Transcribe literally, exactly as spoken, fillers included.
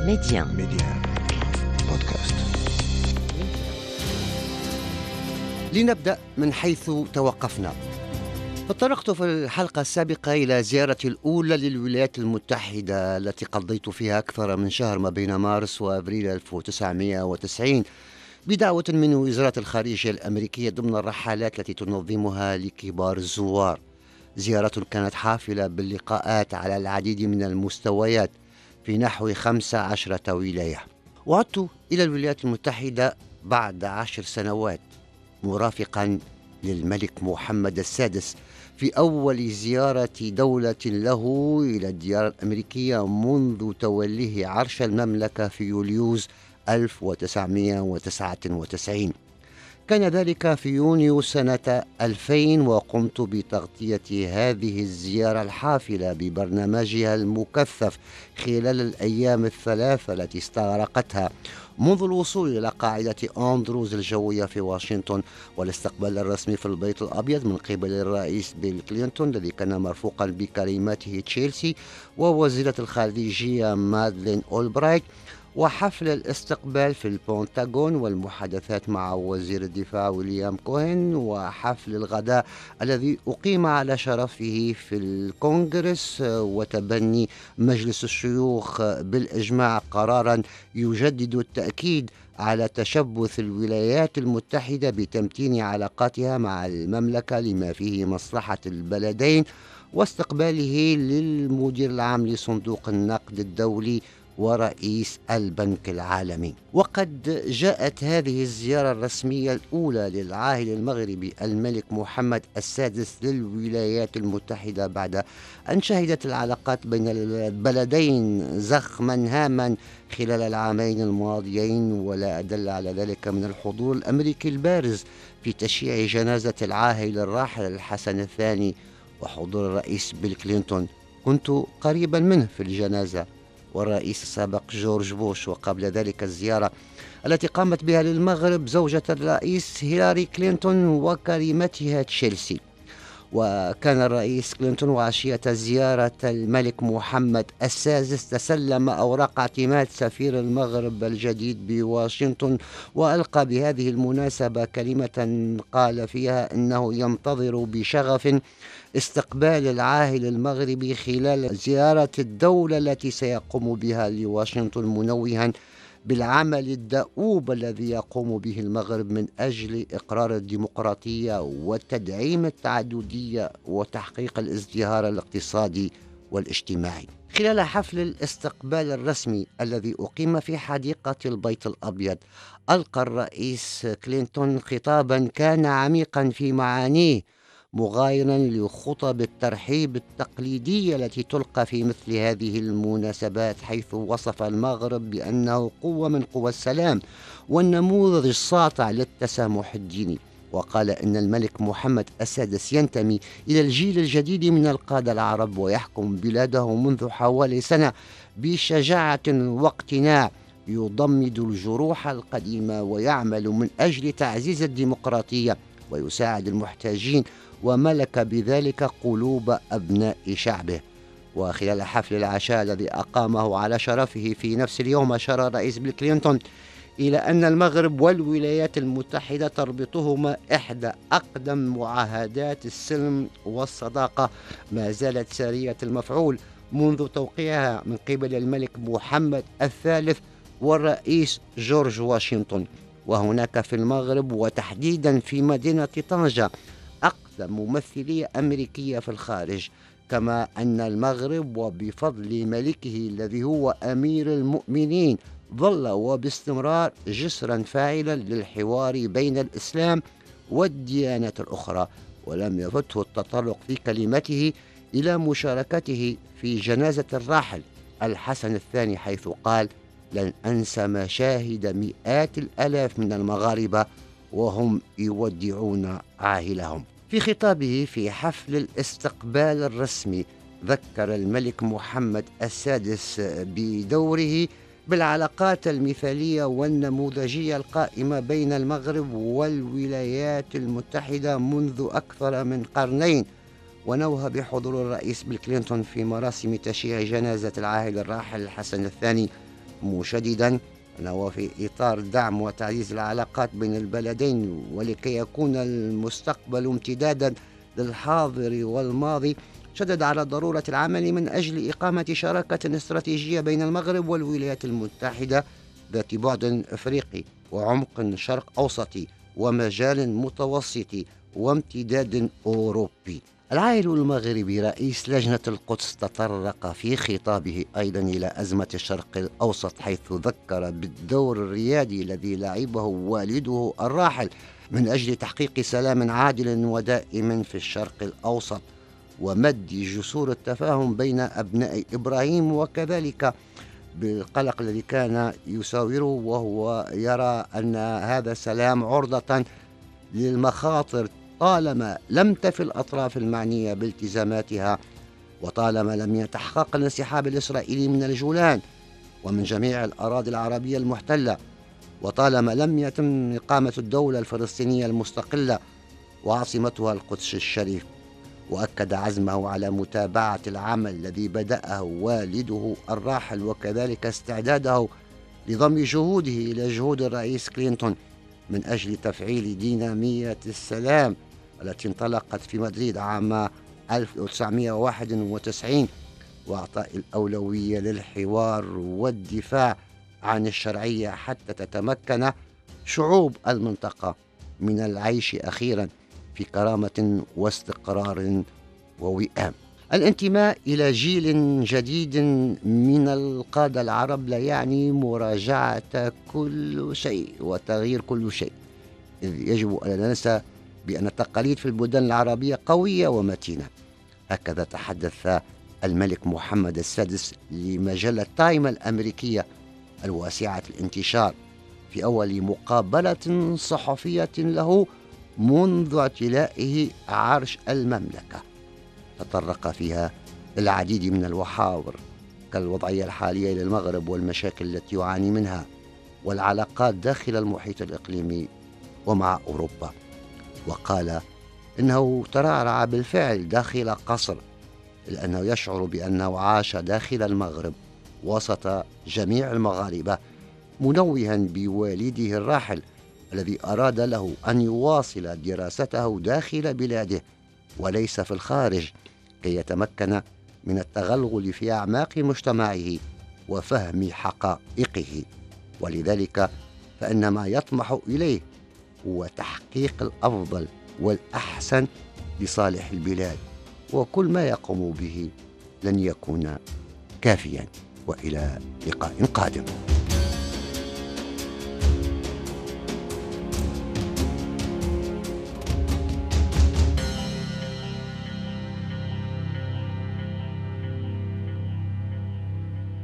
ميديان ميديان بودكاست. لنبدأ من حيث توقفنا. تطرقت في الحلقة السابقة إلى زيارتي الأولى للولايات المتحدة التي قضيت فيها أكثر من شهر ما بين مارس وأبريل ألف وتسعمائة وتسعين بدعوة من وزارة الخارجية الأمريكية ضمن الرحلات التي تنظمها لكبار الزوار. زيارة كانت حافلة باللقاءات على العديد من المستويات في نحو خمس عشرة ولاية. وعدت إلى الولايات المتحدة بعد عشر سنوات مرافقا للملك محمد السادس في أول زيارة دولة له إلى الديار الأمريكية منذ توليه عرش المملكة في يوليوز ألف وتسعمائة وتسعة وتسعين. كان ذلك في يونيو سنة ألفين، وقمت بتغطية هذه الزيارة الحافلة ببرنامجها المكثف خلال الأيام الثلاثة التي استغرقتها منذ الوصول إلى قاعدة أندروز الجوية في واشنطن والاستقبال الرسمي في البيت الأبيض من قبل الرئيس بيل كلينتون الذي كان مرفوقا بكريمته تشيلسي ووزيرة الخارجية مادلين أولبرايت، وحفل الاستقبال في البنتاغون والمحادثات مع وزير الدفاع ويليام كوهن، وحفل الغداء الذي أقيم على شرفه في الكونغرس، وتبني مجلس الشيوخ بالإجماع قرارا يجدد التأكيد على تشبث الولايات المتحدة بتمتين علاقاتها مع المملكة لما فيه مصلحة البلدين، واستقباله للمدير العام لصندوق النقد الدولي ورئيس البنك العالمي. وقد جاءت هذه الزيارة الرسمية الأولى للعاهل المغربي الملك محمد السادس للولايات المتحدة بعد أن شهدت العلاقات بين البلدين زخما هاما خلال العامين الماضيين، ولا أدل على ذلك من الحضور الأمريكي البارز في تشييع جنازة العاهل الراحل الحسن الثاني وحضور الرئيس بيل كلينتون. كنت قريبا منه في الجنازة، والرئيس السابق جورج بوش، وقبل ذلك الزيارة التي قامت بها للمغرب زوجة الرئيس هيلاري كلينتون وكريمتها تشيلسي. وكان الرئيس كلينتون وعشية زيارة الملك محمد السادس تسلم أوراق اعتماد سفير المغرب الجديد بواشنطن، وألقى بهذه المناسبة كلمة قال فيها أنه ينتظر بشغف استقبال العاهل المغربي خلال زيارة الدولة التي سيقوم بها لواشنطن، منوها بالعمل الدؤوب الذي يقوم به المغرب من أجل إقرار الديمقراطية وتدعيم التعددية وتحقيق الازدهار الاقتصادي والاجتماعي. خلال حفل الاستقبال الرسمي الذي أقيم في حديقة البيت الأبيض، ألقى الرئيس كلينتون خطابا كان عميقا في معانيه، مغايرا لخطب الترحيب التقليدية التي تلقى في مثل هذه المناسبات، حيث وصف المغرب بأنه قوة من قوى السلام والنموذج الساطع للتسامح الديني. وقال إن الملك محمد السادس ينتمي إلى الجيل الجديد من القادة العرب، ويحكم بلاده منذ حوالي سنة بشجاعة واقتناع، يضمد الجروح القديمة ويعمل من أجل تعزيز الديمقراطية ويساعد المحتاجين، وملك بذلك قلوب أبناء شعبه. وخلال حفل العشاء الذي أقامه على شرفه في نفس اليوم، أشار الرئيس بيل كلينتون إلى أن المغرب والولايات المتحدة تربطهما إحدى أقدم معاهدات السلم والصداقة ما زالت سارية المفعول منذ توقيعها من قبل الملك محمد الثالث والرئيس جورج واشنطن. وهناك في المغرب وتحديدا في مدينة طنجة أقدم ممثلية أمريكية في الخارج، كما أن المغرب وبفضل ملكه الذي هو أمير المؤمنين ظل وباستمرار جسرا فاعلا للحوار بين الإسلام والديانات الأخرى. ولم يفته التطرق في كلمته إلى مشاركته في جنازة الراحل الحسن الثاني، حيث قال: لن أنسى مشاهد مئات الآلاف من المغاربة وهم يودعون عاهلهم. في خطابه في حفل الاستقبال الرسمي، ذكر الملك محمد السادس بدوره بالعلاقات المثالية والنموذجية القائمة بين المغرب والولايات المتحدة منذ أكثر من قرنين، ونوه بحضور الرئيس بيل كلينتون في مراسم تشييع جنازة العاهل الراحل الحسن الثاني مشددا أنه في إطار دعم وتعزيز العلاقات بين البلدين ولكي يكون المستقبل امتدادا للحاضر والماضي، شدد على ضرورة العمل من أجل إقامة شراكة استراتيجية بين المغرب والولايات المتحدة ذات بعد أفريقي وعمق شرق أوسطي ومجال متوسطي وامتداد أوروبي. العائل المغربي رئيس لجنة القدس تطرق في خطابه أيضا إلى أزمة الشرق الأوسط، حيث ذكر بالدور الريادي الذي لعبه والده الراحل من أجل تحقيق سلام عادل ودائم في الشرق الأوسط ومد جسور التفاهم بين أبناء إبراهيم، وكذلك بالقلق الذي كان يساوره وهو يرى أن هذا السلام عرضة للمخاطر طالما لم تفي الأطراف المعنية بالتزاماتها، وطالما لم يتحقق الانسحاب الإسرائيلي من الجولان ومن جميع الأراضي العربية المحتلة، وطالما لم يتم إقامة الدولة الفلسطينية المستقلة وعاصمتها القدس الشريف. وأكد عزمه على متابعة العمل الذي بدأه والده الراحل وكذلك استعداده لضم جهوده إلى جهود الرئيس كلينتون من أجل تفعيل دينامية السلام التي انطلقت في مدريد عام ألف وتسعمائة وواحد وتسعين، وأعطاء الأولوية للحوار والدفاع عن الشرعية حتى تتمكن شعوب المنطقة من العيش أخيرا في كرامة واستقرار ووئام. الانتماء إلى جيل جديد من القادة العرب لا يعني مراجعة كل شيء وتغيير كل شيء، إذ يجب أن لا ننسى بأن التقاليد في البلدان العربية قوية ومتينة. هكذا تحدث الملك محمد السادس لمجلة تايم الأمريكية الواسعة الانتشار في أول مقابلة صحفية له منذ اعتلائه عرش المملكة، تطرق فيها العديد من المحاور كالوضعية الحالية للمغرب والمشاكل التي يعاني منها والعلاقات داخل المحيط الإقليمي ومع أوروبا. وقال إنه ترعرع بالفعل داخل قصر، لأنه يشعر بأنه عاش داخل المغرب وسط جميع المغاربة، منوها بوالده الراحل الذي أراد له أن يواصل دراسته داخل بلاده وليس في الخارج، كي يتمكن من التغلغل في أعماق مجتمعه وفهم حقائقه. ولذلك فإن ما يطمح إليه هو تحقيق الأفضل والأحسن لصالح البلاد، وكل ما يقوم به لن يكون كافيا. وإلى لقاء قادم.